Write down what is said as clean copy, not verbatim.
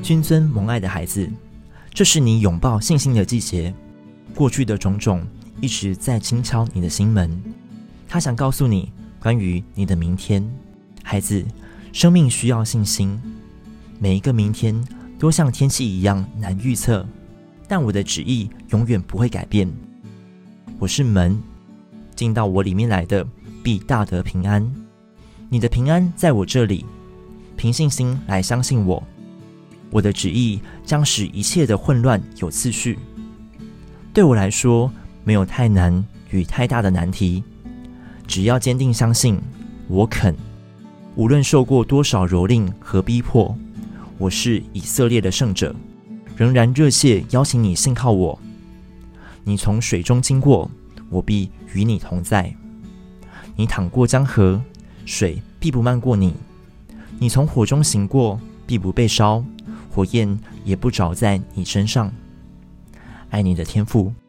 君尊蒙爱的孩子，这是你拥抱信心的季节。过去的种种一直在轻敲你的心门，他想告诉你关于你的明天。孩子，生命需要信心，每一个明天都像天气一样难预测，但我的旨意永远不会改变。我是门，进到我里面来的必大得平安。你的平安在我这里，凭信心来相信我。我的旨意将使一切的混乱有次序。对我来说，没有太难与太大的难题，只要坚定相信，我肯。无论受过多少蹂躏和逼迫，我是以色列的圣者，仍然热切邀请你信靠我。你从水中经过，我必与你同在。你淌过江河，水必不漫过你。你从火中行过，必不被烧，火焰也不着在你身上。爱你的天父